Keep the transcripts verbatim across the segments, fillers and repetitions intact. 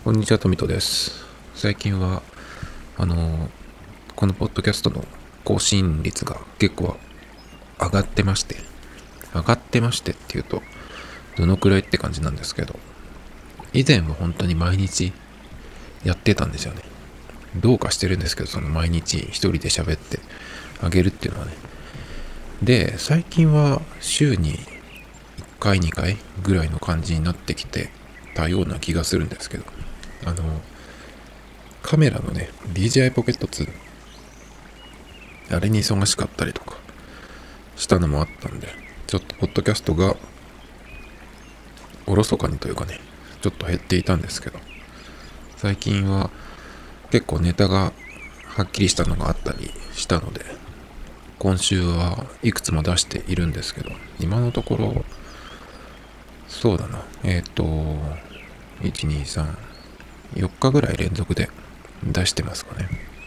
こんにちは、トミトです。最近は、あの、このポッドキャストの更新率が結構上がってまして、上がってましてっていうと、どのくらいって感じなんですけど、以前は本当に毎日やってたんですよね。どうかしてるんですけど、その毎日一人で喋ってあげるっていうのはね。で、最近は週にいっかい、にかいぐらいの感じになってきてたような気がするんですけど、あの、カメラのね、ディージェーアイ ポケットツー、あれに忙しかったりとかしたのもあったんで、ちょっとポッドキャストがおろそかにというかね、ちょっと減っていたんですけど、最近は結構ネタがはっきりしたのがあったりしたので、今週はいくつも出しているんですけど、今のところ、そうだな、えっ、ー、と、いち、に、さん、よっかぐらい連続で出してますかね。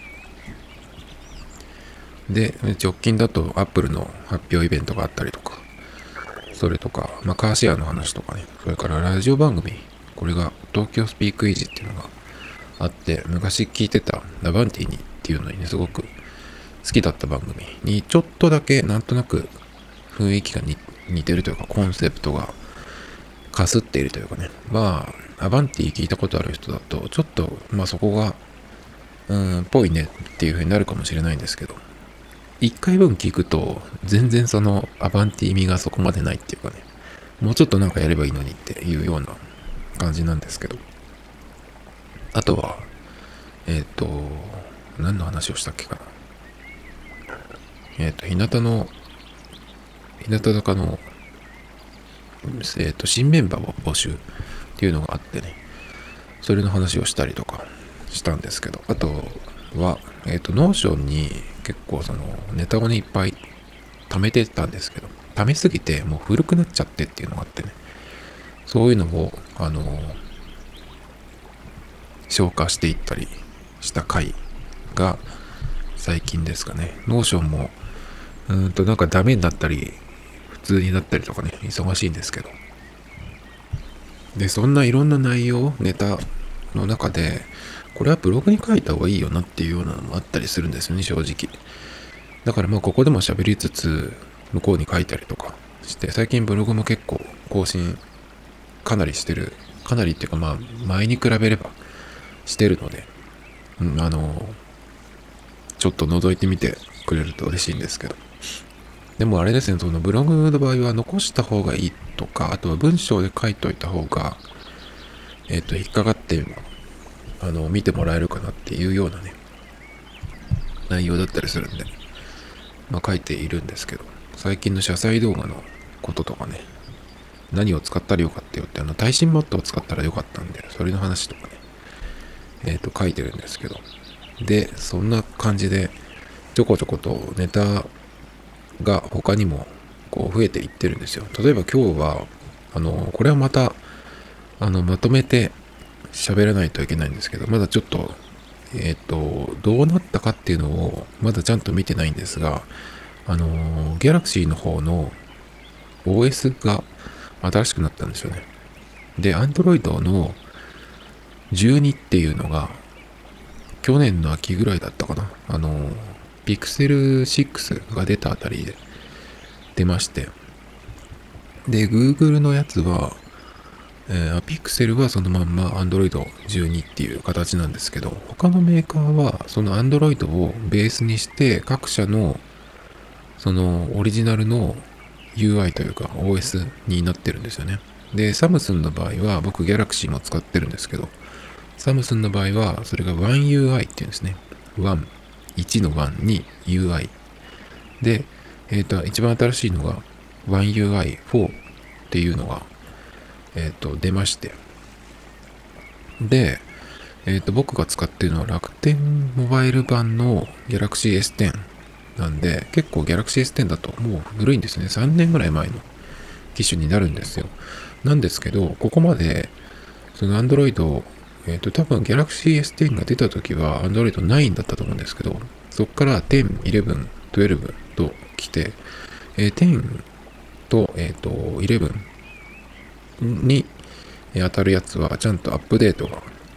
で、直近だと Apple の発表イベントがあったりとか、それとか、まあ、カーシェアの話とかね、それからラジオ番組、これが東京スピークイージーっていうのがあって、昔聞いてたラバンティにっていうのにね、すごく好きだった番組にちょっとだけなんとなく雰囲気が似てるというか、コンセプトがかすっているというかね、まあ、アバンティ聞いたことある人だと、ちょっと、まあそこが、うーん、ぽいねっていう風になるかもしれないんですけど、一回分聞くと、全然そのアバンティ味がそこまでないっていうかね、もうちょっとなんかやればいいのにっていうような感じなんですけど。あとは、えっ、ー、と、何の話をしたっけかな。えっ、ー、と、日向の、日向坂の、えっ、ー、と、新メンバーを募集っていうのがあってね、それの話をしたりとかしたんですけど、あとは、えっ、と、ノーションに結構そのネタをね、いっぱい貯めてたんですけど、貯めすぎてもう古くなっちゃってっていうのがあってね、そういうのを、あの、消化していったりした回が最近ですかね。ノーションも、うーんとなんかダメになったり、普通になったりとかね、忙しいんですけど。で、そんないろんな内容、ネタの中で、これはブログに書いた方がいいよなっていうようなのもあったりするんですよね、正直。だからまあここでも喋りつつ、向こうに書いたりとかして、最近ブログも結構更新かなりしてる。かなりっていうかまあ前に比べればしてるので、うん、あの、ちょっと覗いてみてくれると嬉しいんですけど。でもあれですね、そのブログの場合は残した方がいいとか、あとは文章で書いといた方が、えっ、と、引っかかって、あの、見てもらえるかなっていうようなね、内容だったりするんで、まあ書いているんですけど、最近の謝罪動画のこととかね、何を使ったらよかったよって、あの、耐震マットを使ったらよかったんで、それの話とかね、えっ、と、書いてるんですけど、で、そんな感じで、ちょこちょことネタが他にもこう増えていってるんですよ。例えば今日は、あの、これはまた、あの、まとめて喋らないといけないんですけど、まだちょっと、えっ、と、どうなったかっていうのをまだちゃんと見てないんですが、あの、Galaxy の方の オーエス が新しくなったんですよね。で、Android のじゅうにっていうのが、去年の秋ぐらいだったかな。あの、Pixel シックスが出たあたりで出まして。で、Google のやつは、えー、Pixel はそのまんま Android じゅうにっていう形なんですけど、他のメーカーはその Android をベースにして各社のそのオリジナルの ユーアイ というか オーエス になってるんですよね。で、サムスンの場合は僕 Galaxy も使ってるんですけど、サムスンの場合はそれが ワンユーアイ っていうんですね。ワン、いちのワンに ユーアイ。で、えっ、ー、と、一番新しいのが ワンユーアイフォー っていうのが、えっ、ー、と、出まして。で、えっ、ー、と、僕が使ってるのは楽天モバイル版の Galaxy エステン なんで、結構 Galaxy エステン だともう古いんですね。さんねんぐらい前の機種になるんですよ。なんですけど、ここまで、その Android、えっ、ー、と、多分 Galaxy エステン が出た時は Android ナインだったと思うんですけど、そこからテン、イレブン、トゥエルブと来て、えー、テンと、えっ、ー、と、イレブンに当たるやつはちゃんとアップデートが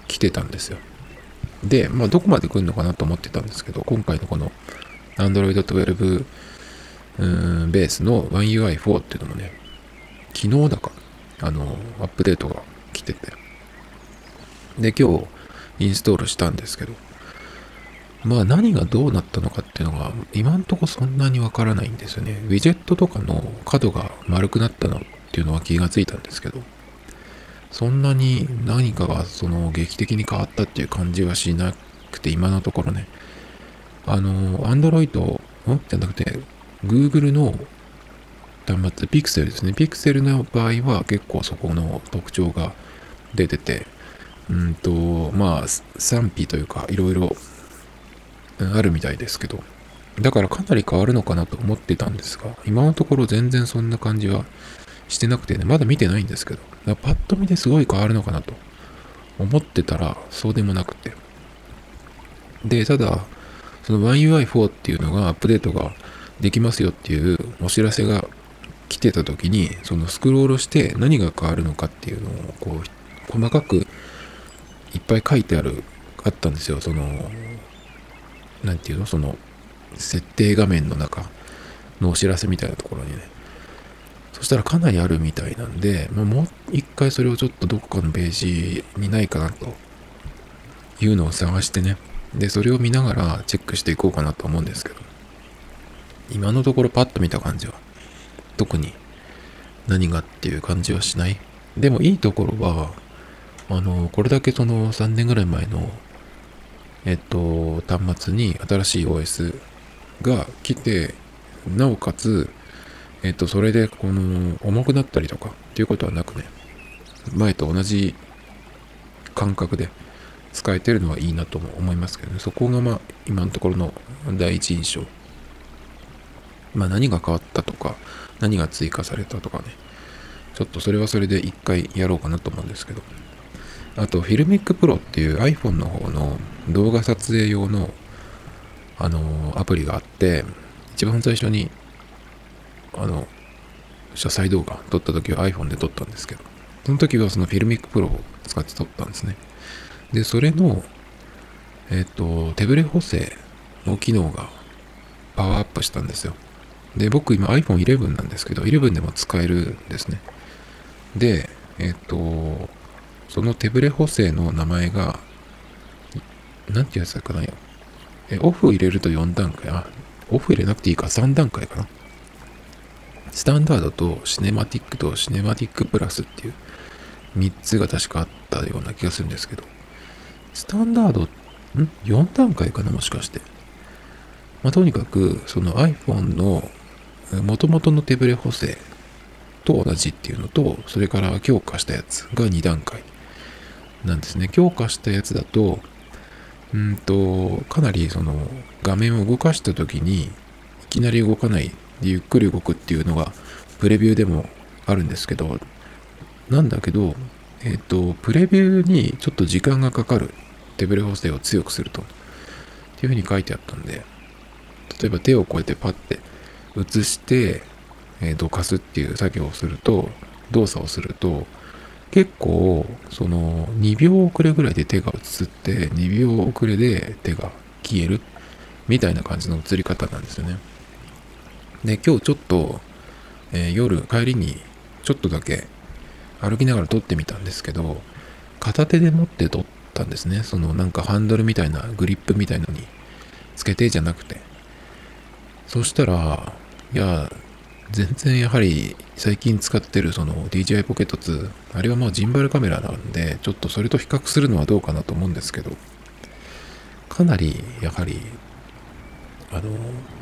来てたんですよ。で、まあどこまで来るのかなと思ってたんですけど、今回のこの Android じゅうにうーんベースの ワンユーアイフォー っていうのもね、昨日だか、あの、アップデートが来てて、で、今日インストールしたんですけど、まあ何がどうなったのかっていうのが今んとこそんなにわからないんですよね。ウィジェットとかの角が丸くなったのっていうのは気がついたんですけど、そんなに何かがその劇的に変わったっていう感じはしなくて、今のところね、あの、Android んじゃなくて Google の端末、ピクセルですね。ピクセルの場合は結構そこの特徴が出てて、うんと、まあ、賛否というかいろいろあるみたいですけど、だからかなり変わるのかなと思ってたんですが、今のところ全然そんな感じはしてなくてね、まだ見てないんですけど、だパッと見ですごい変わるのかなと思ってたら、そうでもなくて。で、ただ、その ワンユーアイフォー っていうのがアップデートができますよっていうお知らせが来てた時に、そのスクロールして何が変わるのかっていうのをこう細かくいっぱい書いてあるあったんですよ。そのなんていうの、その設定画面の中のお知らせみたいなところにね。そしたらかなりあるみたいなんで、まあ、もう一回それをちょっとどこかのページにないかなというのを探してね。で、それを見ながらチェックしていこうかなと思うんですけど、今のところパッと見た感じは特に何がっていう感じはしない。でもいいところは、あの、これだけそのさんねんぐらい前の、えっと、端末に新しい オーエス が来て、なおかつ、えっと、それで、この、重くなったりとかっていうことはなくね、前と同じ感覚で使えてるのはいいなとも思いますけどね。そこがまあ、今のところの第一印象。まあ、何が変わったとか、何が追加されたとかね。ちょっとそれはそれで一回やろうかなと思うんですけど。あと、フィルミックプロっていう iPhone の方の動画撮影用の、あのーアプリがあって、一番最初に、あの、車載動画撮った時は iPhone で撮ったんですけど、その時はそのフィルミックプロを使って撮ったんですね。で、それの、えっと、手ブレ補正の機能がパワーアップしたんですよ。で、僕今 アイフォンイレブン なんですけど、イレブンでも使えるんですね。で、えっと、その手ブレ補正の名前が、なんていうやつだかなよ。え、オフ入れるとよん段階。あ、オフ入れなくていいか、さん段階かな。スタンダードとシネマティックとシネマティックプラスっていうみっつが確かあったような気がするんですけど、スタンダード、ん ?よん 段階かな、もしかして。まあ、とにかく、その iPhone の元々の手ブレ補正と同じっていうのと、それから強化したやつがに段階なんですね。強化したやつだと、うんと、かなりその画面を動かした時にいきなり動かないでゆっくり動くっていうのがプレビューでもあるんですけど、なんだけど、えっと、プレビューにちょっと時間がかかる手ブレ補正を強くすると。っていうふうに書いてあったんで、例えば手をこうやってパッて移して、えー、どかすっていう作業をすると、動作をすると、結構、そのにびょう遅れぐらいで手が移って、にびょう遅れで手が消えるみたいな感じの移り方なんですよね。で、今日ちょっと、えー、夜帰りにちょっとだけ歩きながら撮ってみたんですけど、片手で持って撮ったんですね。そのなんかハンドルみたいなグリップみたいのにつけてじゃなくて。そしたら、いや、全然やはり最近使ってるその ディージェーアイ ポケットツー、あれはまあジンバルカメラなんで、ちょっとそれと比較するのはどうかなと思うんですけど、かなりやはり、あの、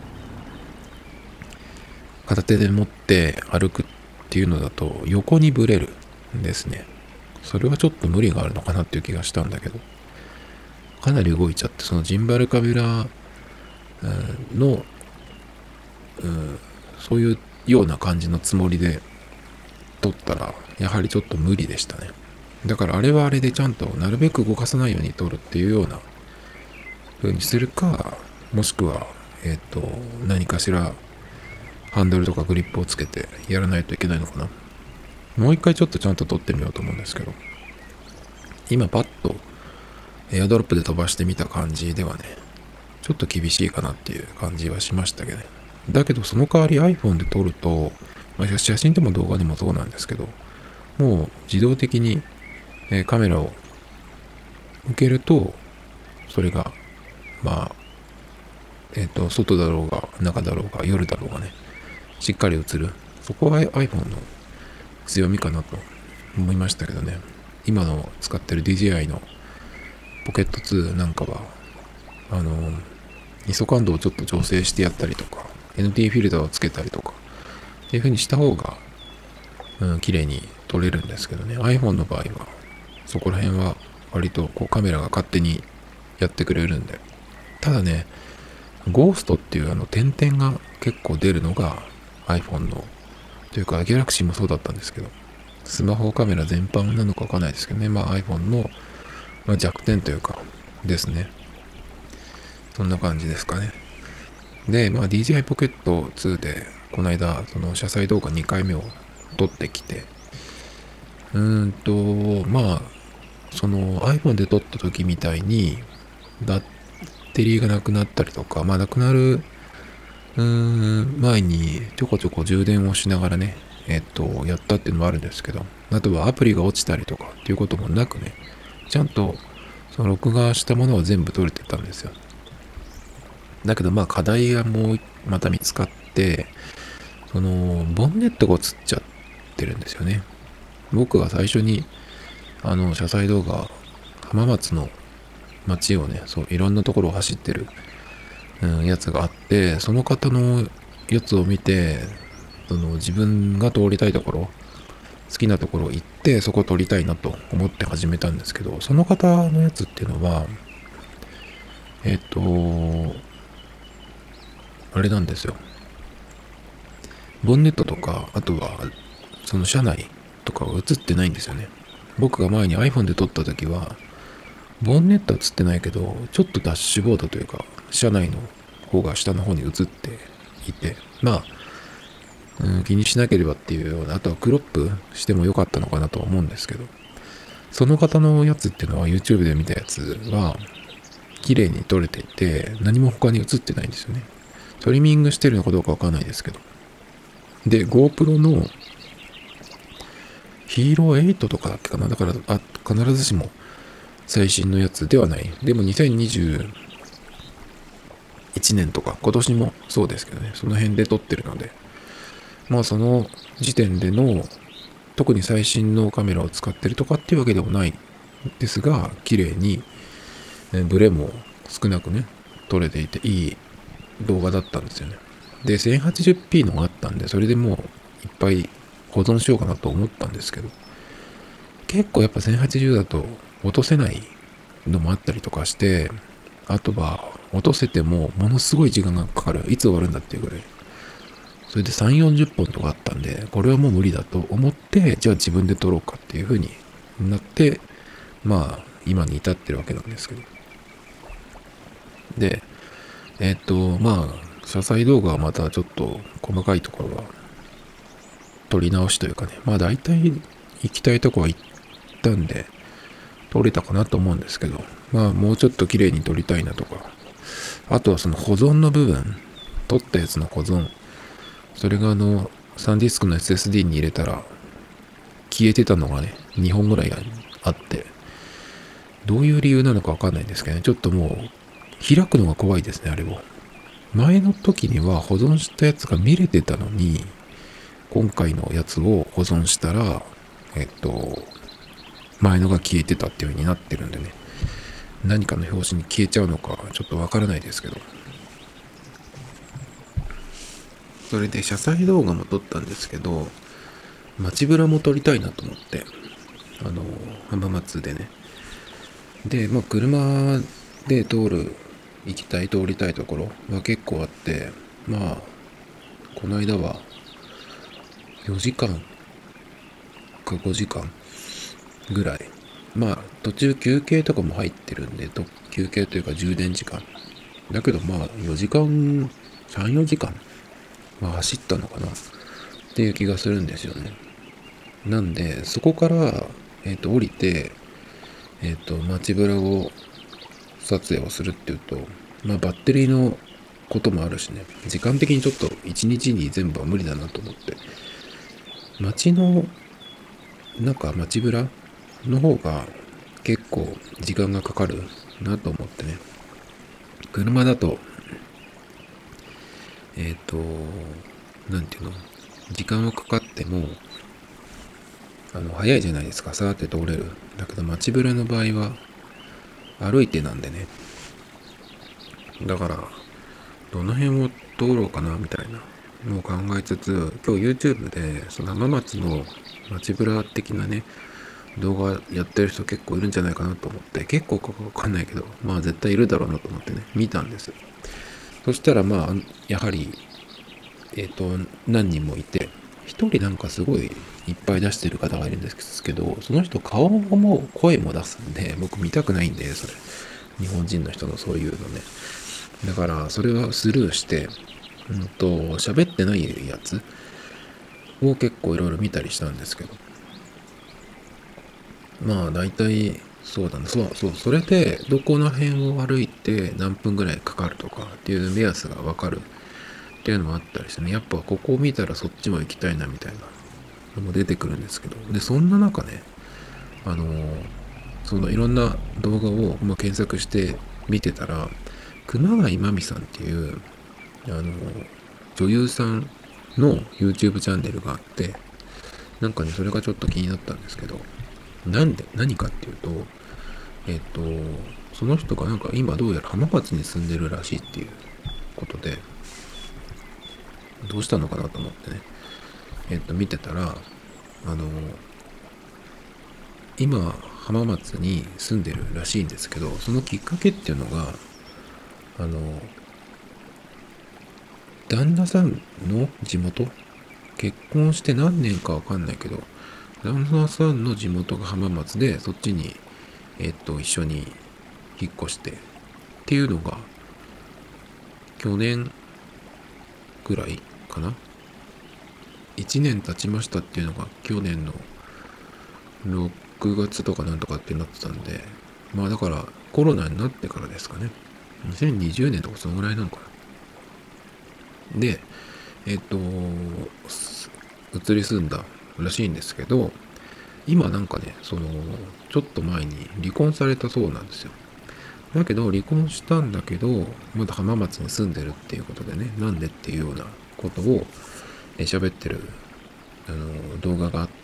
片手で持って歩くっていうのだと横にブレるんですね。それはちょっと無理があるのかなっていう気がしたんだけど、かなり動いちゃって、そのジンバルカメラの、うん、そういうような感じのつもりで撮ったら、やはりちょっと無理でしたね。だからあれはあれでちゃんとなるべく動かさないように撮るっていうような風にするか、もしくは、えっと、何かしらハンドルとかグリップをつけてやらないといけないのかな。もう一回ちょっとちゃんと撮ってみようと思うんですけど、今パッとエアドロップで飛ばしてみた感じではね、ちょっと厳しいかなっていう感じはしましたけどね。だけどその代わり iPhone で撮ると、まあ、写真でも動画でもそうなんですけど、もう自動的に、えーカメラを向けると、それが、まあ、えっ、と、外だろうが、中だろうが、夜だろうがね、しっかり映る。そこは iPhone の強みかなと思いましたけどね。今の使ってる ディージェーアイ のポケットツーなんかは、あの、イソ感度をちょっと調整してやったりとか、エヌティー フィルターをつけたりとか、っていう風にした方が、うん、綺麗に撮れるんですけどね。iPhone の場合は、そこら辺は割とこうカメラが勝手にやってくれるんで。ただね、ゴーストっていうあの点々が結構出るのが iPhone の、というか Galaxy もそうだったんですけど、スマホカメラ全般なのかわかんないですけどね。まあ iPhone の、まあ、弱点というかですね。そんな感じですかね。で、まあ ディージェーアイ ポケットツーで、この間、その車載動画にかいめを撮ってきて、うーんと、まあ、その iPhone で撮った時みたいに、バッテリーがなくなったりとか、まあなくなる、うーん、前にちょこちょこ充電をしながらね、えっと、やったっていうのもあるんですけど、あとはアプリが落ちたりとかっていうこともなくね、ちゃんとその録画したものは全部撮れてたんですよ。だけどまあ課題がもうまた見つかって、そのボンネットが映っちゃってるんですよね。僕が最初にあの車載動画、浜松の街をね、そういろんなところを走ってる、うん、やつがあって、その方のやつを見て、その自分が通りたいところ、好きなところ行ってそこを撮りたいなと思って始めたんですけど、その方のやつっていうのは、えっと、あれなんですよ。ボンネットとか、あとは、その車内とかは映ってないんですよね。僕が前に iPhone で撮った時は、ボンネットは映ってないけど、ちょっとダッシュボードというか、車内の方が下の方に映っていて、まあ、うん、気にしなければっていうような、あとはクロップしてもよかったのかなと思うんですけど、その方のやつっていうのは YouTube で見たやつは、綺麗に撮れていて、何も他に映ってないんですよね。トリミングしてるのかどうかわかんないですけど。で、GoPro のヒーローエイトとかだっけかな。だから、あ、必ずしも最新のやつではない。でもにせんにじゅういちねんとか、今年もそうですけどね、その辺で撮ってるので、まあその時点での特に最新のカメラを使ってるとかっていうわけでもないですが、綺麗にブレも少なくね、撮れていていい動画だったんですよね。で、せんはちじゅうピー のがあったんで、それでもういっぱい保存しようかなと思ったんですけど、結構やっぱせんはちじゅうだと落とせないのもあったりとかして、あとは落とせてもものすごい時間がかかる。いつ終わるんだっていうぐらい。それでさんじゅう、よんじゅっぽんとかあったんで、これはもう無理だと思って、じゃあ自分で撮ろうかっていう風になって、まあ今に至ってるわけなんですけど。で、えっと、まあ、車載動画はまたちょっと細かいところは撮り直しというかね、まあ大体行きたいとこは行ったんで、撮れたかなと思うんですけど、まあもうちょっと綺麗に撮りたいなとか、あとはその保存の部分、撮ったやつの保存、それがあの、サンディスクの エスエスディー に入れたら、消えてたのがね、にほんぐらいあって、どういう理由なのかわかんないんですけどね、ちょっともう、開くのが怖いですね、あれを。前の時には保存したやつが見れてたのに、今回のやつを保存したら、えっと、前のが消えてたっていう風になってるんでね、何かの表紙に消えちゃうのかちょっとわからないですけど、それで車載動画も撮ったんですけど、街ブラも撮りたいなと思って、あの浜松でね、でまあ車で通る行きたい通りたいところは結構あって、まあこの間はよじかんかごじかんぐらい、まあ途中休憩とかも入ってるんで、と休憩というか充電時間だけど、まあよじかんさん、よじかん、まあ、走ったのかなっていう気がするんですよね。なんでそこからえっ、と降りて、えっ、と街ブラを撮影をするっていうと、まあバッテリーのこともあるしね、時間的にちょっと一日に全部は無理だなと思って、街の、なんか街ぶらの方が結構時間がかかるなと思ってね。車だと、えっ、と、なんていうの、時間はかかっても、あの、早いじゃないですか、さーって通れる。だけど街ぶらの場合は、歩いてなんでね。だから、どの辺を通ろうかな、みたいなのを考えつつ、今日 YouTube で、その浜松の街ぶら的なね、動画やってる人結構いるんじゃないかなと思って、結構かわかんないけど、まあ絶対いるだろうなと思ってね、見たんです。そしたらまあ、やはり、えっ、と、何人もいて、一人なんかすごいいっぱい出してる方がいるんですけど、その人顔も声も出すんで、僕見たくないんで、それ。日本人の人のそういうのね。だから、それはスルーして、うんと、喋ってないやつを結構いろいろ見たりしたんですけど、まあ大体そうだね。そうそう。それでどこの辺を歩いて何分ぐらいかかるとかっていう目安がわかるっていうのもあったりしてね。やっぱここを見たらそっちも行きたいなみたいなのも出てくるんですけど。で、そんな中ね、あのーそのいろんな動画を、まあ、検索して見てたら、熊谷真美さんっていう、あのー女優さんの YouTube チャンネルがあって、なんかね、それがちょっと気になったんですけど、なんで、何かっていうと、えっと、その人がなんか今どうやら浜松に住んでるらしいっていうことで、どうしたのかなと思ってね、えっと、見てたら、あの、今、浜松に住んでるらしいんですけど、そのきっかけっていうのが、あの、旦那さんの地元、結婚して何年かわかんないけど、旦那さんの地元が浜松で、そっちに、えっと、一緒に引っ越してっていうのが、去年ぐらいかな。いちねん経ちましたっていうのが去年のろくがつとかなんとかってなってたんで、まあだからコロナになってからですかね。にせんにじゅうねんとかそのぐらいなのかな。で、えっと、移り住んだらしいんですけど、今なんかね、その、ちょっと前に離婚されたそうなんですよ。だけど離婚したんだけど、まだ浜松に住んでるっていうことでね、なんでっていうようなことを喋ってるあの動画があって、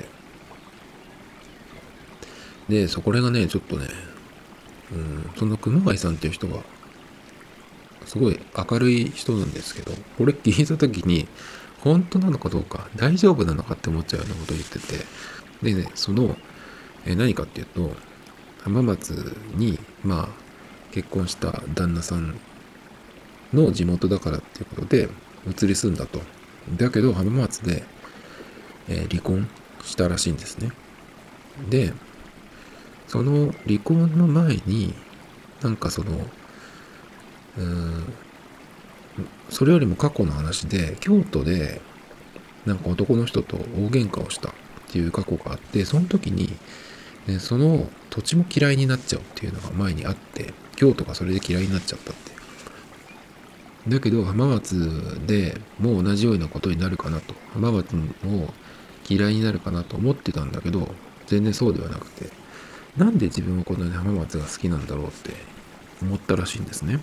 でそこれがねちょっとね、うん、その熊谷さんっていう人がすごい明るい人なんですけど、これ聞いた時に本当なのかどうか、大丈夫なのかって思っちゃうようなことを言ってて、でね、そのえ何かっていうと、浜松にまあ結婚した旦那さんの地元だからっていうことで移り住んだと。だけど浜松で、えー離婚したらしいんですね。で、その離婚の前に、なんかその、うーん、それよりも過去の話で、京都で、なんか男の人と大喧嘩をしたっていう過去があって、その時に、ね、その土地も嫌いになっちゃうっていうのが前にあって、京都がそれで嫌いになっちゃったって。だけど浜松でもう同じようなことになるかなと。浜松も嫌いになるかなと思ってたんだけど、全然そうではなくて、なんで自分はこんなに浜松が好きなんだろうって思ったらしいんですね。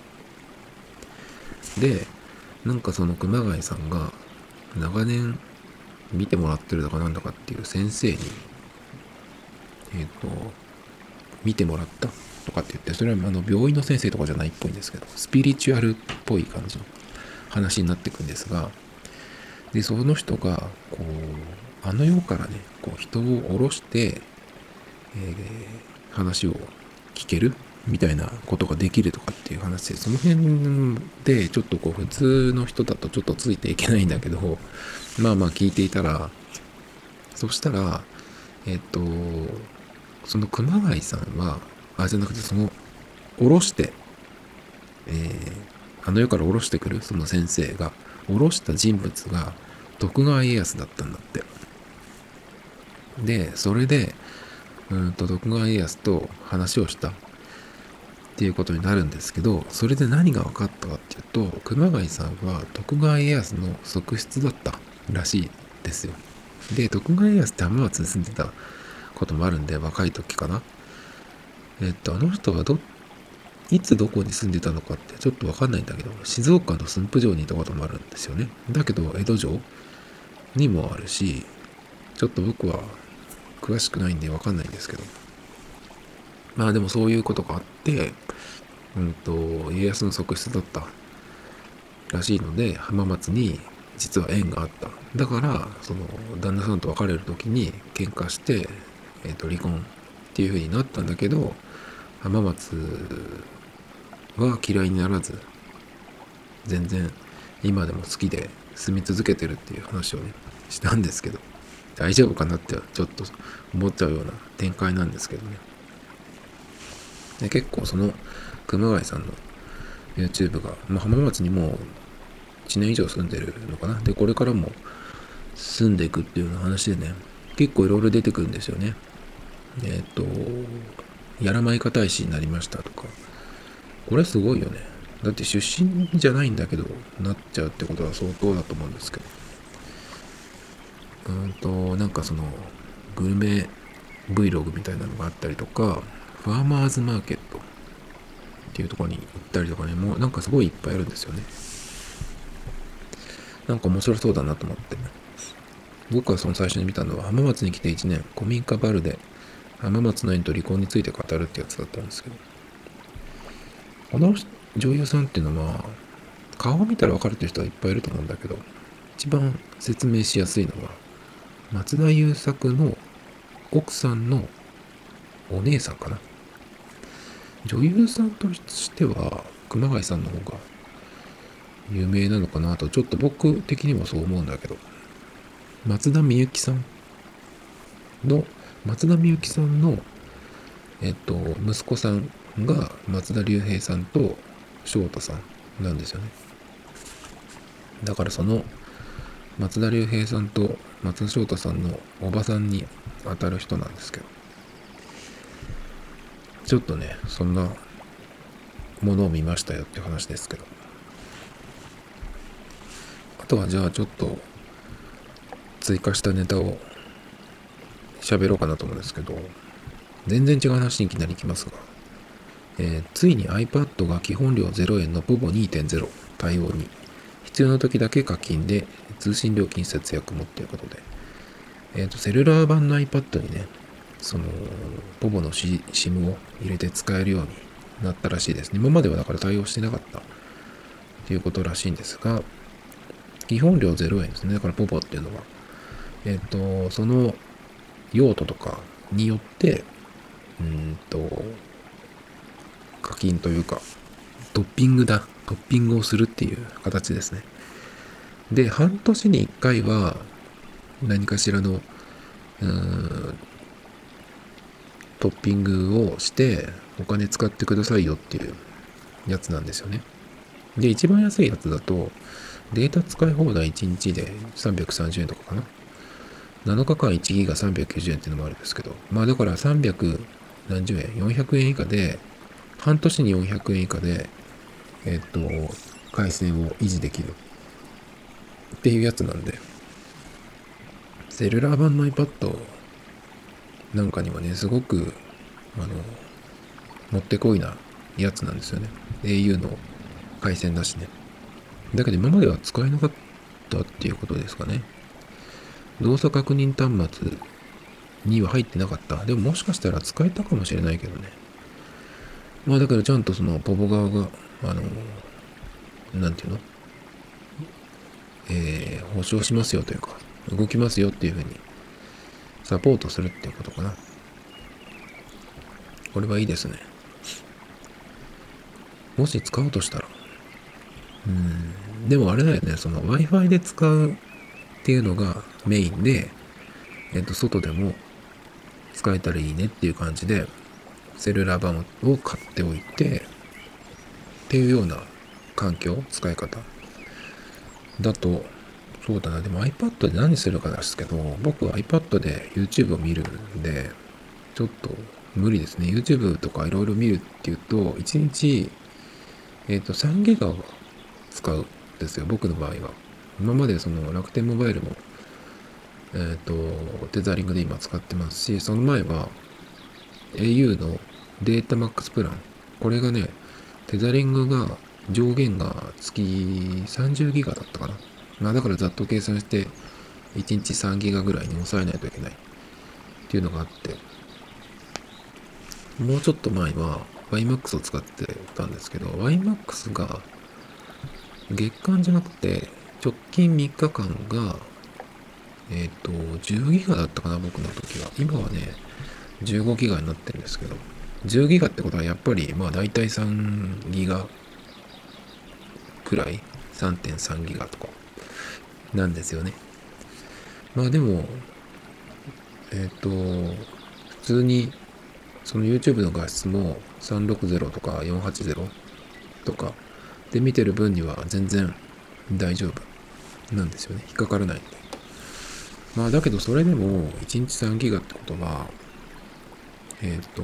で、なんかその熊谷さんが長年見てもらってるだかなんだかっていう先生に、えっと、見てもらったとかって言って、それはあの病院の先生とかじゃないっぽいんですけど、スピリチュアルっぽい感じの話になっていくんですが、で、その人が、こう、あの世からね、こう人を下ろして、えー話を聞けるみたいなことができるとかっていう話で、その辺でちょっとこう普通の人だとちょっとついていけないんだけど、まあまあ聞いていたら、そしたら、えっと、その熊谷さんは、あ、じゃなくてその、下ろして、えー、あの世から下ろしてくるその先生が、下ろした人物が徳川家康だったんだって。で、それで、うんと徳川家康と話をした。 っていうことになるんですけど、それで何が分かったかっていうと、熊谷さんは徳川家康の側室だったらしいですよ。で、徳川家康って浜松に住んでたこともあるんで、若い時かな。えっと、あの人はど、いつどこに住んでたのかってちょっと分かんないんだけど、静岡の駿府城にいたこともあるんですよね。だけど、江戸城にもあるし、ちょっと僕は詳しくないんで分かんないんですけど、まあでもそういうことがあって、うんと、家康の側室だったらしいので、浜松に実は縁があった。だから、その、旦那さんと別れる時に喧嘩して、えっと、離婚っていう風になったんだけど、浜松は嫌いにならず、全然今でも好きで住み続けてるっていう話をね、したんですけど、大丈夫かなってちょっと思っちゃうような展開なんですけどね。で結構その熊谷さんの YouTube が、まあ、浜松にもういちねん以上住んでるのかな。で、これからも住んでいくっていうような話でね、結構いろいろ出てくるんですよね。えっ、と、やらまいか大使になりましたとか。これすごいよね。だって出身じゃないんだけど、なっちゃうってことは相当だと思うんですけど。うーんと、なんかその、グルメ Vlog みたいなのがあったりとか、ファーマーズマーケットっていうところに行ったりとかね、もうなんかすごいいっぱいあるんですよね。なんか面白そうだなと思って。僕はその最初に見たのは、浜松に来ていちねん、古民家バルで、浜松の縁と離婚について語るってやつだったんですけど、この女優さんっていうのは、顔を見たら分かるっていう人はいっぱいいると思うんだけど、一番説明しやすいのは、松田優作の奥さんのお姉さんかな。女優さんとしては、熊谷さんの方が有名なのかなと、ちょっと僕的にもそう思うんだけど、松田美由さんの、松田美由さんの、えっと、息子さんが松田龍平さんと翔太さんなんですよね。だからその松田龍平さんと松田翔太さんのおばさんに当たる人なんですけど、ちょっとね、そんなものを見ましたよっていう話ですけど、あとはじゃあちょっと追加したネタを喋ろうかなと思うんですけど、全然違う話にいきなり行きますが、えーついに iPad が基本料ゼロえんの ポボ にてんゼロ 対応に、必要な時だけ課金で通信料金節約もということで、えっと、セルラー版の iPad にね、その、ポボの SIM を入れて使えるようになったらしいですね。今まではだから対応してなかったっていうことらしいんですが、基本料ゼロえんですね。だからポボっていうのは。えっと、その用途とかによって、うーんと、課金というか、トッピングだ。トッピングをするっていう形ですね。で、半年にいっかいは、何かしらの、うーん、トッピングをして、お金使ってくださいよっていうやつなんですよね。で、一番安いやつだと、データ使い放題いちにちでさんびゃくさんじゅうえんとかかな。なのかかんいちギガさんびゃくきゅうじゅうえんっていうのもあるんですけど、まあだからさんびゃく何十円、よんひゃくえん以下で、半年によんひゃくえん以下で、えっと、回線を維持できるっていうやつなんで、セルラー版の iPad なんかにはね、すごく、あの、もってこいなやつなんですよね。au の回線だしね。だけど今までは使えなかったっていうことですかね。動作確認端末には入ってなかった。でももしかしたら使えたかもしれないけどね。まあだからちゃんとそのポポ側が、あの、なんていうのえー、保証しますよというか、動きますよっていうふうにサポートするっていうことかな。これはいいですね。もし使うとしたら。うん。でもあれだよね、その Wi-Fi で使うっていうのがメインで、えっと、外でも使えたらいいねっていう感じで、セルラー版を買っておいて、っていうような環境、使い方だと、そうだな、でも iPad で何するかですけど、僕は iPad で YouTube を見るんで、ちょっと無理ですね。YouTube とかいろいろ見るっていうと、いちにち、えっと、さんギガは使うんですよ、僕の場合は。今までその楽天モバイルも、えっと、テザリングで今使ってますし、その前は エーユー のデータマックスプラン。これがね、テザリングが上限が月さんじゅうギガだったかな。まあだからざっと計算していちにちさんギガぐらいに抑えないといけないっていうのがあって、もうちょっと前は ワイマックス を使ってたんですけど、ワイマックス が月間じゃなくて直近みっかかんがえっとじゅうギガだったかな、僕の時は。今はねじゅうごギガになってるんですけど、じゅうギガってことはやっぱりまあ大体さんギガくらい、さんてんさんギガとかなんですよね。まあでもえっと普通にその YouTube の画質もさんびゃくろくじゅうとかよんひゃくはちじゅうとかで見てる分には全然大丈夫なんですよね。引っかからないんで。まあだけどそれでもいちにちさんギガってことは、えっと、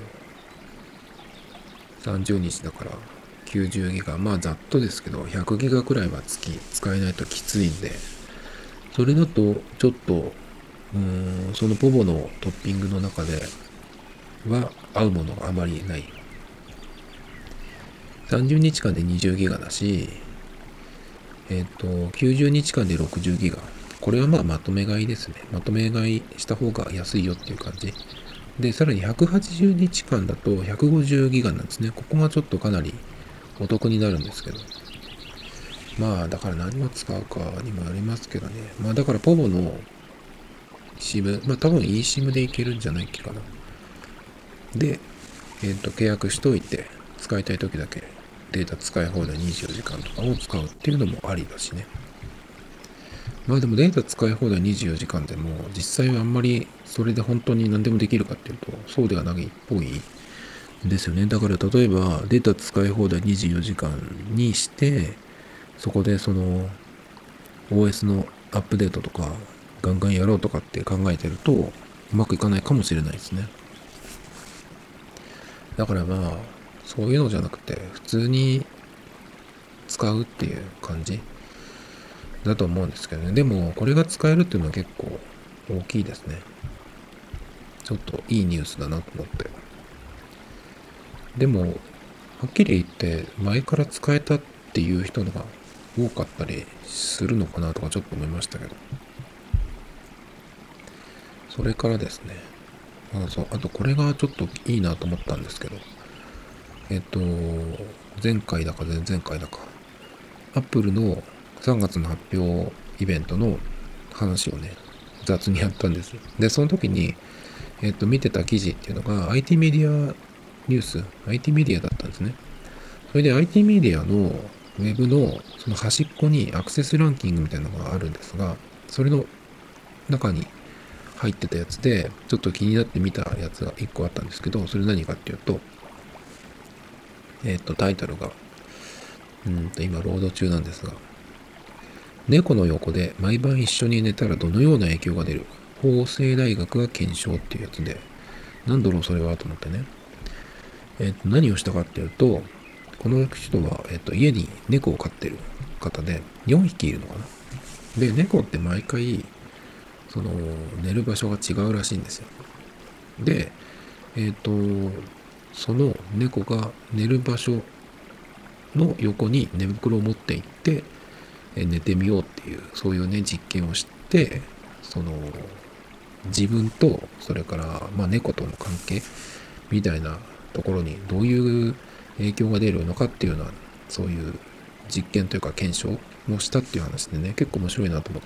さんじゅうにちだからきゅうじゅうギガ、まあざっとですけどひゃくギガくらいは月使えないときついんで、それだとちょっと、うーん、そのポボのトッピングの中では合うものがあまりない。さんじゅうにちかんでにじゅうギガだし、えっと、きゅうじゅうにちかんでろくじゅうギガ。これはまあまとめ買いですね。まとめ買いした方が安いよっていう感じ。で、さらにひゃくはちじゅうにちかんだとひゃくごじゅうギガなんですね。ここがちょっとかなりお得になるんですけど。まあ、だから何を使うかにもよりますけどね。まあ、だからポボの SIM、まあ多分 eSIM でいけるんじゃないっけかな。で、えっと、契約しといて、使いたい時だけデータ使い放題にじゅうよじかんとかを使うっていうのもありだしね。まあでもデータ使い放題にじゅうよじかんでも実際はあんまりそれで本当に何でもできるかっていうとそうではないっぽいですよね。だから例えばデータ使い放題にじゅうよじかんにしてそこでその オーエス のアップデートとかガンガンやろうとかって考えてるとうまくいかないかもしれないですね。だからまあそういうのじゃなくて普通に使うっていう感じだと思うんですけどね。でもこれが使えるっていうのは結構大きいですね。ちょっといいニュースだなと思って。でもはっきり言って前から使えたっていう人のが多かったりするのかなとかちょっと思いましたけど。それからですね、あそうあとこれがちょっといいなと思ったんですけど、えっと前回だか前々回だかアップルのさんがつの発表イベントの話をね雑にやったんです。でその時にえっと見てた記事っていうのが アイティー メディアニュース アイティー メディアだったんですね。それで アイティー メディアのウェブのその端っこにアクセスランキングみたいなのがあるんですが、それの中に入ってたやつでちょっと気になって見たやつがいっこあったんですけど、それ何かっていうと、えっとタイトルがうんと今ロード中なんですが、猫の横で毎晩一緒に寝たらどのような影響が出る、法政大学が検証っていうやつで、なんだろうそれはと思ってね。えっと何をしたかっていうと、この人は、えっと、家に猫を飼ってる方でよんひきいるのかな。で猫って毎回その寝る場所が違うらしいんですよ。でえっとその猫が寝る場所の横に寝袋を持って行って寝てみようっていうそういうね実験をして、その自分とそれからまあ猫との関係みたいなところにどういう影響が出るのかっていうようなそういう実験というか検証をしたっていう話でね、結構面白いなと思って。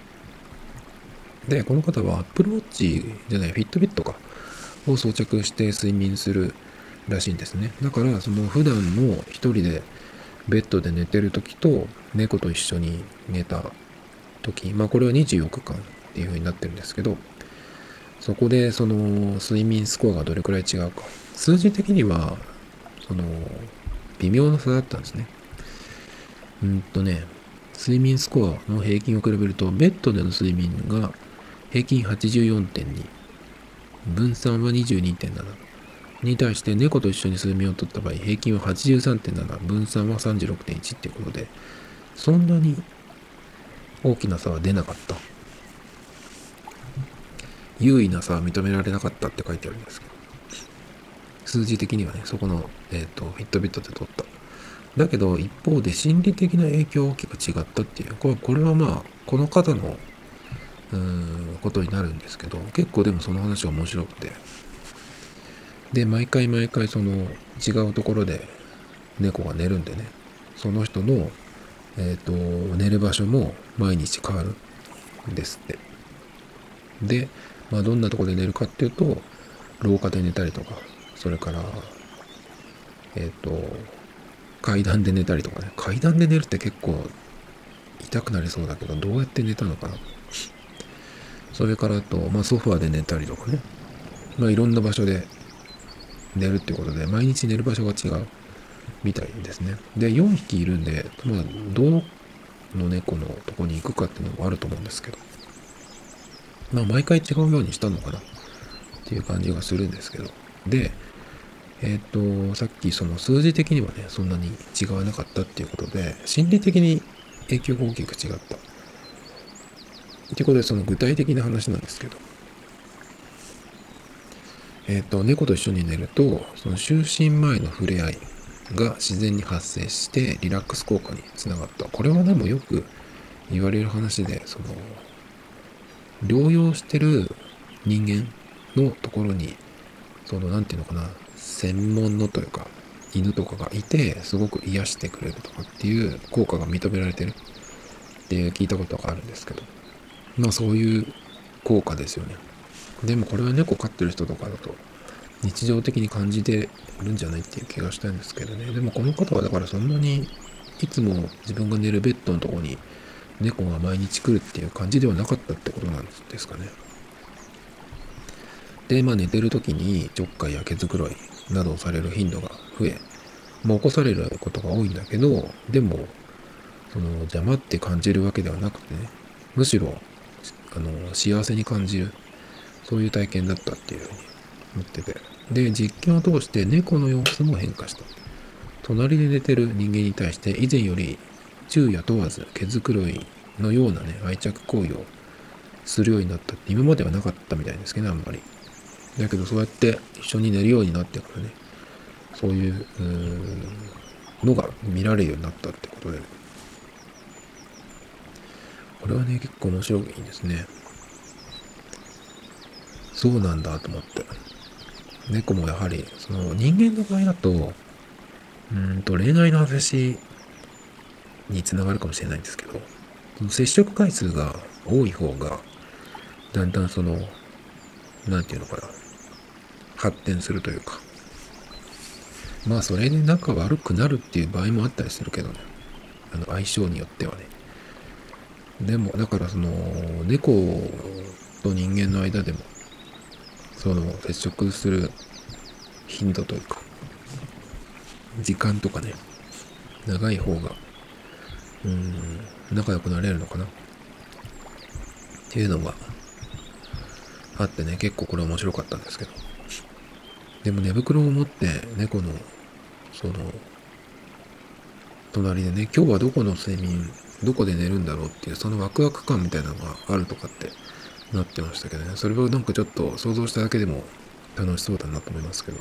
でこの方は Apple Watch じゃない Fitbit かを装着して睡眠するらしいんですね。だからその普段の一人でベッドで寝てる時と猫と一緒に寝た時、まあこれはにじゅうよっかかんっていう風になってるんですけど、そこでその睡眠スコアがどれくらい違うか、数字的にはその微妙な差だったんですね。うんとね睡眠スコアの平均を比べるとベッドでの睡眠が平均 はちじゅうよんてんに分散は にじゅうにてんなな に対して猫と一緒に睡眠をとった場合、平均は はちじゅうさんてんなな、分散は さんじゅうろくてんいち っていうことで、そんなに大きな差は出なかった。優位な差は認められなかったって書いてあるんですけど、数字的にはね、そこの、えっと、フィットビットで取った。だけど、一方で心理的な影響は大きく違ったっていう、これこれはまあ、この方の、うーん、ことになるんですけど、結構でもその話が面白くて、で、毎回毎回その違うところで猫が寝るんでね、その人の、えっと、寝る場所も毎日変わるんですって。で、まあ、どんなところで寝るかっていうと、廊下で寝たりとか、それから、えっと、階段で寝たりとかね。階段で寝るって結構痛くなりそうだけど、どうやって寝たのかな。それからあと、まあ、ソファーで寝たりとかね。まあ、いろんな場所で寝るっていうことで、毎日寝る場所が違うみたいですね。で、よんひきいるんで、まあ、どの猫のとこに行くかっていうのもあると思うんですけど、まあ、毎回違うようにしたのかなっていう感じがするんですけど。で、えっと、さっきその数字的にはね、そんなに違わなかったっていうことで、心理的に影響が大きく違った。ということで、その具体的な話なんですけど、えっと、猫と一緒に寝ると、その就寝前の触れ合いが自然に発生して、リラックス効果につながった。これはでもよく言われる話で、その、療養してる人間のところに、その、なんていうのかな、専門のというか、犬とかがいて、すごく癒してくれるとかっていう効果が認められてるって聞いたことがあるんですけど、まあそういう効果ですよね。でもこれは猫飼ってる人とかだと、日常的に感じてるんじゃないっていう気がしたんですけどね。でもこの方はだからそんなにいつも自分が寝るベッドのところに猫が毎日来るっていう感じではなかったってことなんですかね。で、まあ寝てる時にちょっかいや毛づくろいなどをされる頻度が増え、まあ起こされることが多いんだけど、でも、その邪魔って感じるわけではなくてね、むしろ、あの、幸せに感じる、そういう体験だったっていうふうに思ってて。で、実験を通して猫の様子も変化した。隣で寝てる人間に対して以前より昼夜問わず毛づくろいのようなね、愛着行為をするようになったって、今まではなかったみたいですけどね、あんまり。だけどそうやって一緒に寝るようになってからね、そういう、うーんのが見られるようになったってことで、これはね、結構面白いですね。そうなんだと思って。猫もやはり、その人間の場合だと、うーんと恋愛の話につながるかもしれないんですけど、その接触回数が多い方が、だんだんその、なんていうのかな、発展するというか、まあそれで仲悪くなるっていう場合もあったりするけどね。あの相性によってはね。でも、だからその、猫と人間の間でも、その、接触する頻度というか、時間とかね、長い方が、うーん、仲良くなれるのかなっていうのがあってね、結構これ面白かったんですけど。でも寝袋を持って猫の、その、隣でね、今日はどこの睡眠、どこで寝るんだろうっていう、そのワクワク感みたいなのがあるとかってなってましたけどね。それをなんかちょっと想像しただけでも楽しそうだなと思いますけど。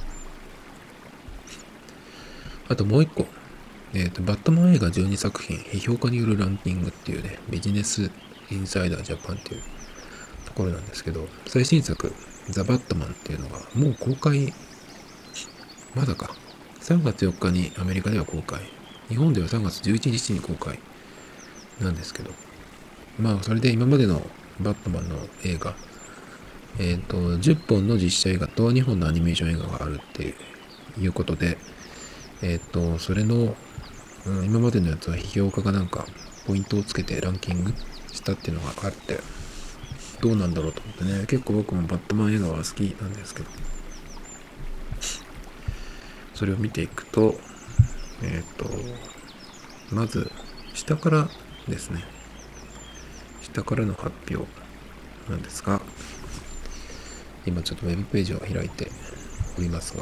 あともう一個。えっと、バットマン映画じゅうにさく品、批評家によるランキングっていうね、ビジネスインサイダージャパンっていうところなんですけど、最新作、ザ・バットマンっていうのが、もう公開、まだか。さんがつよっかにアメリカでは公開。日本ではさんがつじゅういちにちに公開なんですけど。まあ、それで今までのバットマンの映画、えっと、じゅっぽんの実写映画とにほんのアニメーション映画があるっていうことで、えっと、それの、うん、今までのやつは批評家がなんかポイントをつけてランキングしたっていうのがあって、どうなんだろうと思ってね、結構僕もバットマン映画は好きなんですけど、それを見ていくと、えっと、まず、下からですね、下からの発表なんですが、 今ちょっとウェブページを開いておりますが、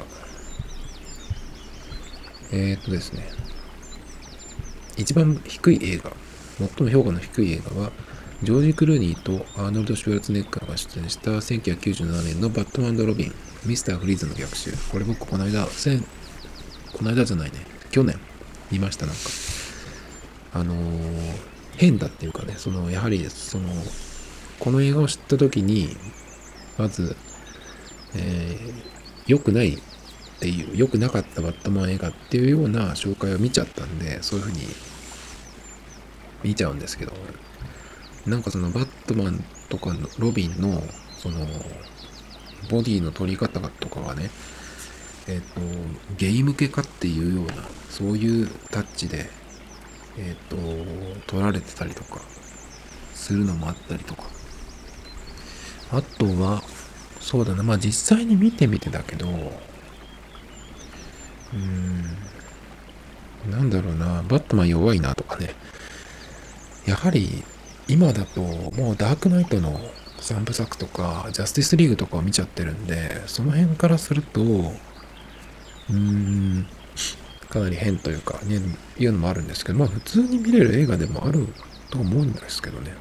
えーっとですね、一番低い映画、最も評価の低い映画は、ジョージ・クルーニーとアーノルド・シュワルツェネッガーが出演したせんきゅうひゃくきゅうじゅうななねんのバットマン&ロビン、ミスター・フリーズの逆襲。これ僕この間、千この間じゃないね、去年見ました。なんか、あのー、変だっていうかね、その、やはり、その、この映画を知った時に、まず、えー、良くないっていう、良くなかったバットマン映画っていうような紹介を見ちゃったんで、そういう風に見ちゃうんですけど、なんかそのバットマンとかのロビンの、その、ボディの取り方とかがね、えっと、ゲイ向けかっていうような、そういうタッチで、えっと、撮られてたりとか、するのもあったりとか。あとは、そうだな、まあ実際に見てみてだけど、うーん、なんだろうな、バットマン弱いなとかね。やはり、今だと、もうダークナイトのさんぶさくとか、ジャスティスリーグとかを見ちゃってるんで、その辺からすると、うーん、かなり変というか、ね、いうのもあるんですけど、まあ普通に見れる映画でもあると思うんですけどね。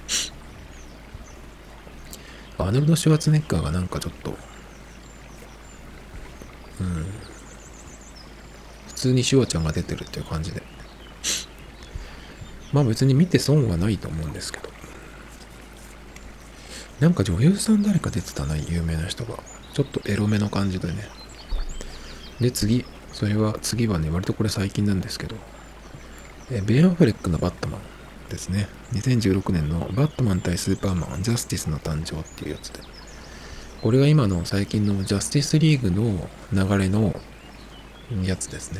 アーノルド・シュワーツェネッガーがなんかちょっと、うん、普通にシュワちゃんが出てるっていう感じで。まあ別に見て損はないと思うんですけど。なんか女優さん誰か出てたな、有名な人が。ちょっとエロめの感じでね。で、次。それは、次はね、割とこれ最近なんですけど、えベン・アフレックのバットマンですね。にせんじゅうろくねんのバットマン対スーパーマン、ジャスティスの誕生っていうやつで。これが今の最近のジャスティスリーグの流れのやつですね。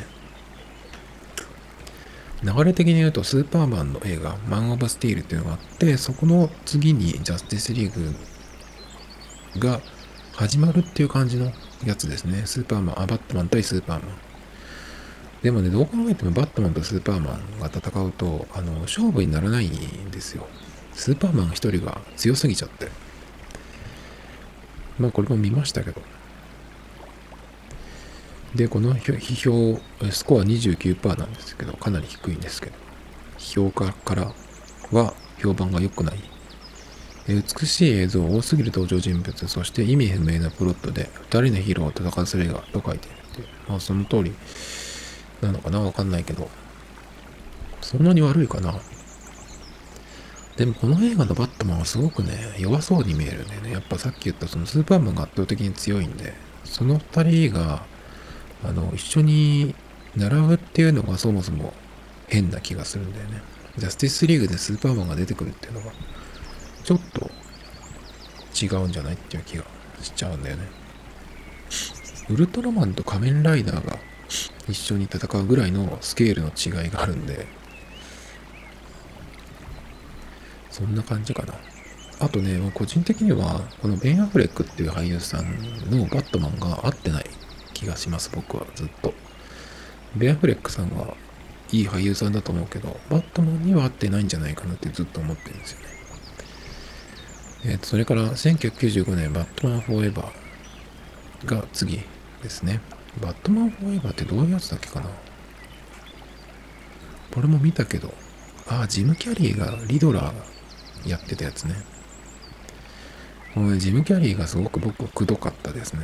流れ的に言うと、スーパーマンの映画、マン・オブ・スティールっていうのがあって、そこの次にジャスティスリーグが始まるっていう感じのやつですね。スーパーマン、あ、バットマン対スーパーマン。でもね、どう考えてもバットマンとスーパーマンが戦うと、あの、勝負にならないんですよ。スーパーマン一人が強すぎちゃって。まあこれも見ましたけど。で、この批評、スコア にじゅうきゅうパーセント なんですけど、かなり低いんですけど、評価からは評判が良くない。美しい映像、多すぎる登場人物、そして意味不明なプロットで、二人のヒーローを戦わせる映画と書いてるっていう。まあその通りなのかな、わかんないけど、そんなに悪いかな。でもこの映画のバットマンはすごくね、弱そうに見えるんだよね。やっぱさっき言ったそのスーパーマンが圧倒的に強いんで、その二人が、あの、一緒に並ぶっていうのがそもそも変な気がするんだよね。ジャスティスリーグでスーパーマンが出てくるっていうのが、ちょっと違うんじゃないっていう気がしちゃうんだよね。ウルトラマンと仮面ライダーが一緒に戦うぐらいのスケールの違いがあるんで、そんな感じかな。あとね、個人的には、このベン・アフレックっていう俳優さんのバットマンが合ってない気がします、僕はずっと。ベン・アフレックさんはいい俳優さんだと思うけど、バットマンには合ってないんじゃないかなってずっと思ってるんですよね。えっと、それからせんきゅうひゃくきゅうじゅうごねん、バットマン・フォーエバーが次ですね。バットマン・フォーエバーってどういうやつだっけかな。これも見たけど、ああ、ジム・キャリーがリドラーやってたやつね。このジム・キャリーがすごく僕はくどかったですね。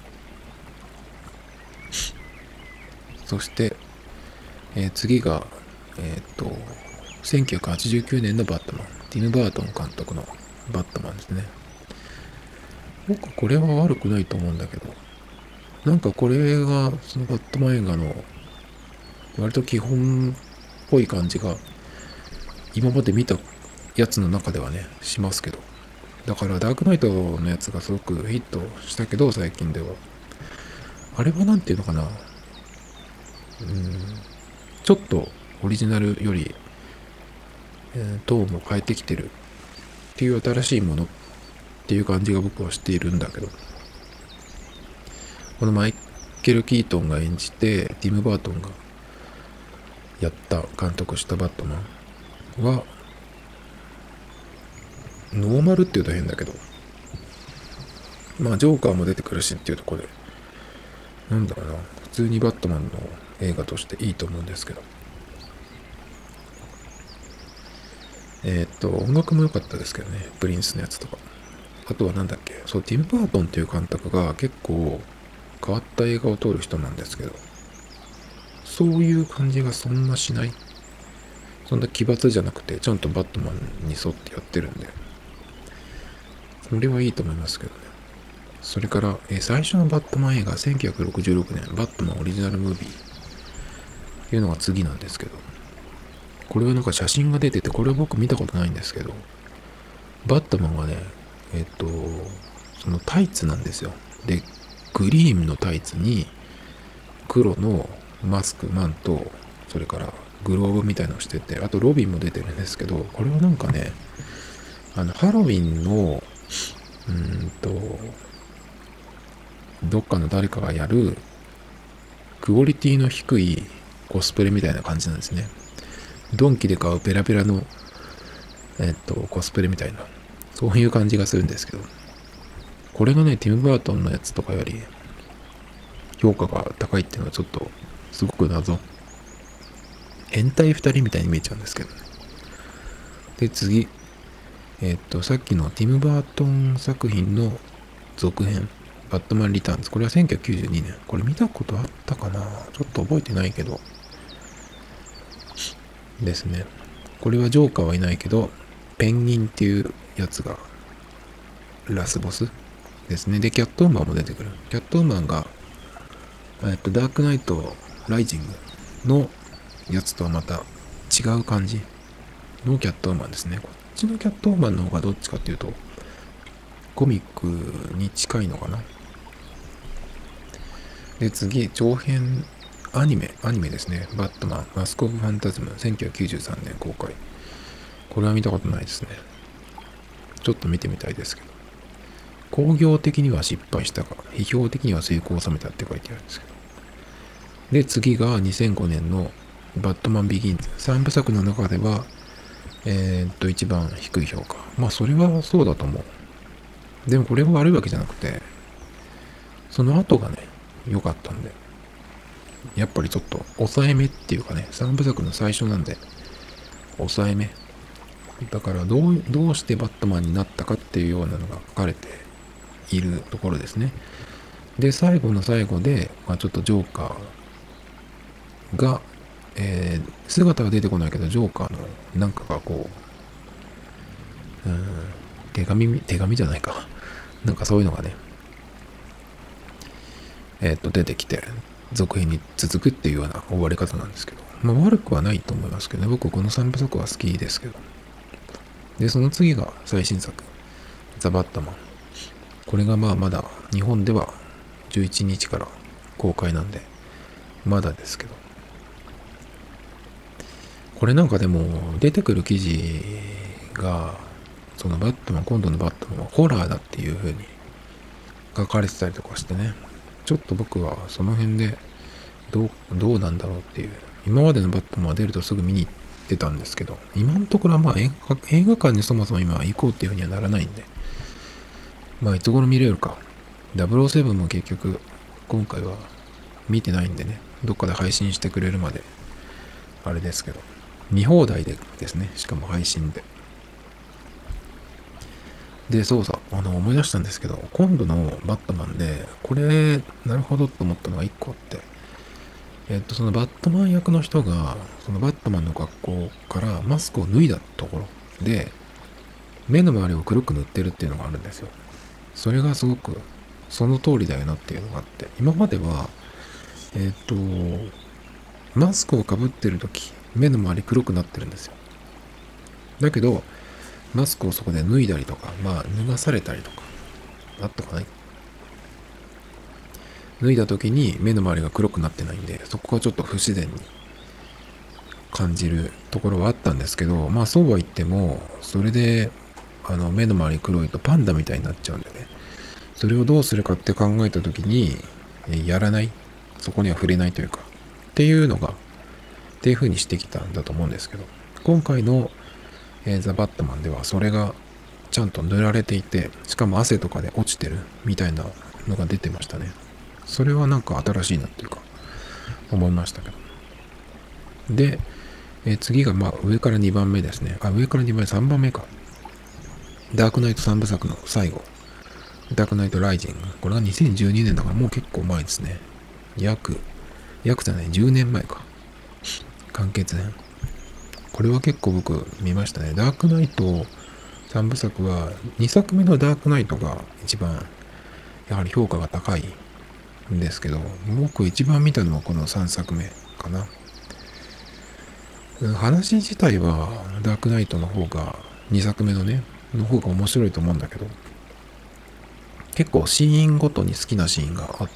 そして、えー、次が、えっと、せんきゅうひゃくはちじゅうきゅうねんのバットマン。ティム・バートン監督のバットマンですね。僕これは悪くないと思うんだけど、なんかこれがそのバットマン映画の割と基本っぽい感じが今まで見たやつの中ではね、しますけど。だからダークナイトのやつがすごくヒットしたけど、最近では。あれはなんていうのかな。うーん、ちょっとオリジナルより、えー、トーンも変えてきてるっていう新しいものっていう感じが僕はしているんだけど。このマイケル・キートンが演じて、ティム・バートンがやった監督したバットマンは、ノーマルって言うと変だけど、 まあジョーカーも出てくるしっていうところで、なんだろうな、普通にバットマンの映画としていいと思うんですけど、えーっと音楽も良かったですけどね、プリンスのやつとか。あとはなんだっけ、そう、ティム・バートンっていう監督が結構変わった映画を撮る人なんですけど、そういう感じがそんなしない。そんな奇抜じゃなくて、ちゃんとバットマンに沿ってやってるんで、それはいいと思いますけどね。それから、えー最初のバットマン映画、せんきゅうひゃくろくじゅうろくねん、バットマンオリジナルムービーっていうのが次なんですけど、これはなんか写真が出てて、これは僕見たことないんですけど、バットマンがね、えっと、そのタイツなんですよ。で、グリーンのタイツに黒のマスク、マント、それからグローブみたいなのをしてて、あとロビンも出てるんですけど、これはなんかね、あの、ハロウィンの、うーんと、どっかの誰かがやるクオリティの低いコスプレみたいな感じなんですね。ドンキで買うペラペラの、えっと、コスプレみたいな、そういう感じがするんですけど、これがね、ティム・バートンのやつとかより評価が高いっていうのはちょっとすごく謎。変態二人みたいに見えちゃうんですけどね。で、次。えっと、さっきのティム・バートン作品の続編、バットマン・リターンズ。これはせんきゅうひゃくきゅうじゅうにねん。これ見たことあったかな、ちょっと覚えてないけど。ですね。これはジョーカーはいないけど、ペンギンっていうやつがラスボスですね。で、キャットウーマンも出てくる。キャットウーマンが、えっと、ダークナイト・ライジングのやつとはまた違う感じのキャットウーマンですね。こっちのキャットウーマンの方がどっちかっていうと、コミックに近いのかな。で、次、長編アニメ、アニメですね。バットマン、マスク・オブ・ファンタズム、せんきゅうひゃくきゅうじゅうさんねん公開。これは見たことないですね。ちょっと見てみたいですけど。工業的には失敗したが、批評的には成功を収めたって書いてあるんですけど。で、次がにせんごねんのバットマン・ビギンズ。さんぶさくの中では、えー、っと、一番低い評価。まあ、それはそうだと思う。でもこれは悪いわけじゃなくて、その後がね、良かったんで、やっぱりちょっと抑えめっていうかね、さんぶさくの最初なんで、抑えめ。だからどう、どうしてバットマンになったかっていうようなのが書かれているところですね。で、最後の最後で、まあ、ちょっとジョーカーが、えー、姿は出てこないけど、ジョーカーのなんかがこう、うん、手紙、手紙じゃないか。なんかそういうのがね、えっと、出てきて、続編に続くっていうような終わり方なんですけど、まあ悪くはないと思いますけどね。僕このさんぶさくは好きですけど。で、その次が最新作、ザ・バットマン。これがまあまだ日本ではじゅういちにちから公開なんで、まだですけど。これなんかでも出てくる記事が、そのバットマン、今度のバットマンはホラーだっていう風に書かれてたりとかしてね。ちょっと僕はその辺でどう、どうなんだろうっていう。今までのバットマンは出るとすぐ見に行ってたんですけど、今のところはまあ映画、映画館にそもそも今行こうっていう風にはならないんで、まあいつ頃見れるか。ダブルオーセブンも結局今回は見てないんでね、どっかで配信してくれるまであれですけど、見放題でですね、しかも配信で。で、そうさ、あの思い出したんですけど、今度のバットマンで、これ、なるほどと思ったのが一個あって、えっと、そのバットマン役の人が、そのバットマンの格好からマスクを脱いだところで、目の周りを黒く塗ってるっていうのがあるんですよ。それがすごく、その通りだよなっていうのがあって、今までは、えっと、マスクをかぶってるとき、目の周り黒くなってるんですよ。だけど、マスクをそこで脱いだりとか、まあ、脱がされたりとか、あったかない脱いだ時に目の周りが黒くなってないんで、そこがちょっと不自然に感じるところはあったんですけど、まあそうは言っても、それで、あの、目の周り黒いとパンダみたいになっちゃうんでね。それをどうするかって考えた時に、やらない。そこには触れないというか、っていうのが、っていう風にしてきたんだと思うんですけど、今回の、えーザ・バットマンではそれがちゃんと塗られていて、しかも汗とかで落ちてるみたいなのが出てましたね。それはなんか新しいなっていうか思いましたけど。で、えー次がまあ上からにばんめですね。あ、上からにばんめ、さんばんめか。ダークナイトさんぶさくの最後。ダークナイトライジング。これがにせんじゅうにねんだからもう結構前ですね。約、約じゃない、じゅうねんまえか。完結ね。これは結構僕見ましたね。ダークナイトさんぶさくはにさくめのダークナイトが一番やはり評価が高いんですけど、僕一番見たのはこのさんさくめかな。話自体はダークナイトの方がにさくめのね、の方が面白いと思うんだけど、結構シーンごとに好きなシーンがあって、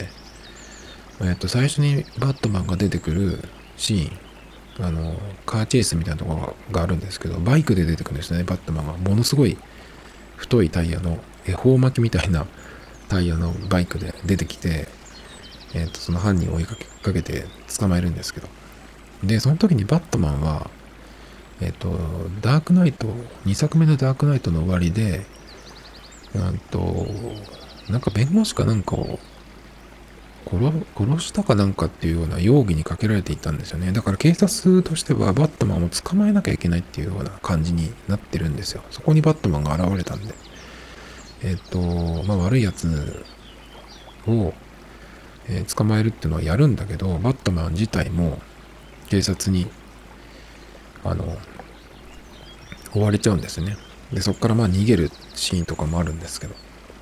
えっと最初にバットマンが出てくるシーン、あのカーチェイスみたいなところがあるんですけど、バイクで出てくるんですね。バットマンがものすごい太いタイヤの恵方巻きみたいなタイヤのバイクで出てきて、えっとその犯人を追いかけかけて捕まえるんですけど、でその時にバットマンはえっとダークナイトにさくめのダークナイトの終わりで、うんとなんか弁護士かなんかを殺殺したかなんかっていうような容疑にかけられていたんですよね。だから警察としてはバットマンを捕まえなきゃいけないっていうような感じになってるんですよ。そこにバットマンが現れたんで、えっとまあ悪いやつを、えー捕まえるっていうのはやるんだけど、バットマン自体も警察にあの追われちゃうんですよね。でそこからまあ逃げるシーンとかもあるんですけど、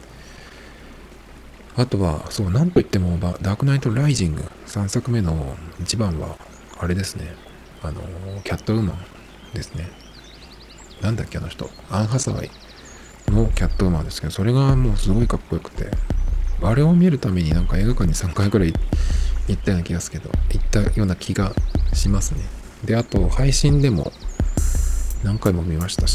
あとはそうなんといってもダークナイトライジングさんさくめの一番はあれですね、あのキャットウーマンですね。なんだっけあの人、アン・ハサウェイのキャットウーマンですけど、それがもうすごいかっこよくて、あれを見るためになんか映画館にさんかいくらい行ったような気がするけど、行ったような気がしますね。であと配信でも何回も見ましたし、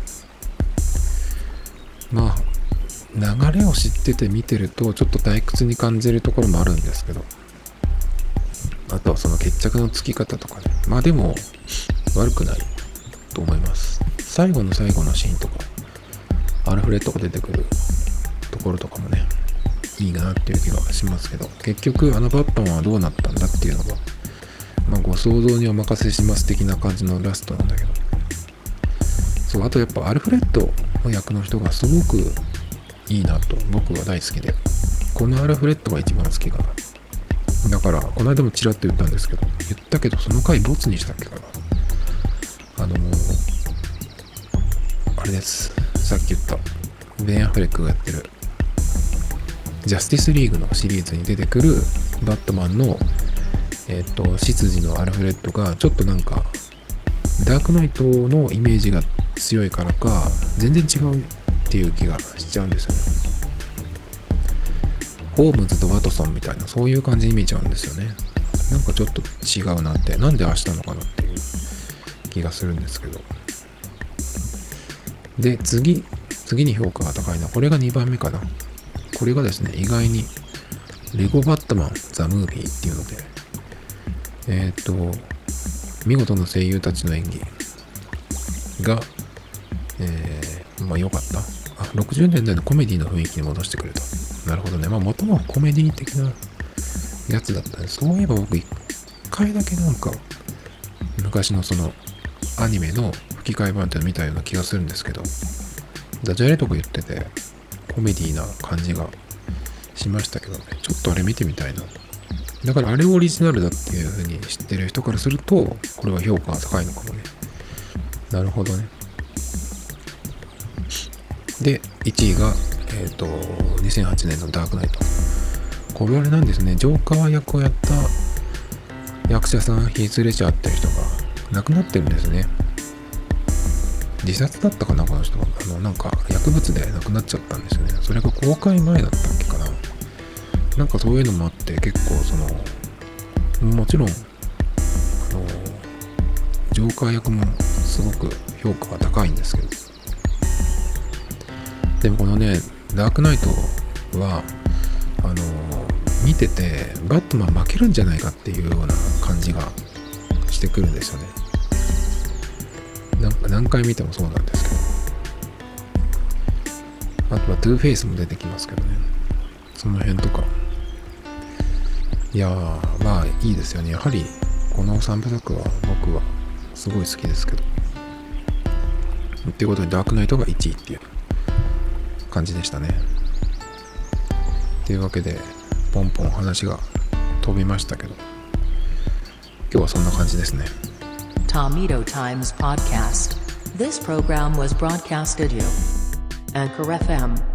まあ流れを知ってて見てるとちょっと退屈に感じるところもあるんですけど、あとはその決着のつき方とかね、まあでも悪くないと思います。最後の最後のシーンとかアルフレッドが出てくるところとかもねいいなっていう気がしますけど、結局あのバットマンはどうなったんだっていうのが、まあご想像にお任せします的な感じのラストなんだけど、そう、あとやっぱアルフレッドの役の人がすごくいいなと僕は大好きで、このアルフレッドが一番好きかな。だからこの間もちらっと言ったんですけど、言ったけどその回ボツにしたっけかな。あのー、あれです、さっき言ったベン・アフレックがやってるジャスティスリーグのシリーズに出てくるバットマンのえっと執事のアルフレッドがちょっとなんかダークナイトのイメージが強いからか全然違うっていう気がしちゃうんですよね。ホームズとワトソンみたいなそういう感じに見えちゃうんですよね。なんかちょっと違うなって、なんでああしたのかなっていう気がするんですけど、で次次に評価が高いのはこれがにばんめかな。これがですね意外にレゴバットマンザムービーっていうので、えっと見事な声優たちの演技が、えー、まあ良かった。あ、ろくじゅうねんだいのコメディの雰囲気に戻してくれた。なるほどね。まあ元々コメディ的なやつだったんです。そういえば僕一回だけなんか昔のそのアニメの吹き替え版っていうの見たような気がするんですけど、ダジャレとか言っててコメディな感じがしましたけどね。ちょっとあれ見てみたいな。だからあれオリジナルだっていう風に知ってる人からするとこれは評価が高いのかもね。なるほどね。でいちいがえっとにせんはちねんのダークナイト。これあれなんですね。ジョーカー役をやった役者さん、ヒース・レジャーっていう人が亡くなってるんですね。自殺だったかなこの人は。あのなんか薬物で亡くなっちゃったんですよね。それが公開前だったっけかな。なんかそういうのもあって結構そのもちろんあのジョーカー役もすごく評価が高いんですけど、でもこのねダークナイトはあの見ててバットマン負けるんじゃないかっていうような感じがしてくるんですよね。なんか何回見てもそうなんですけど、 あとはトゥーフェイスも出てきますけどね、その辺とか、いやーまあいいですよね。やはりこのさんぶさくは僕はすごい好きですけど、っていうことでダークナイトがいちいっていう感じでしたね。というわけでポンポン話が飛びましたけど、今日はそんな感じですね。 Tomito Times Podcast. This program was broadcasted you. Anchor エフエム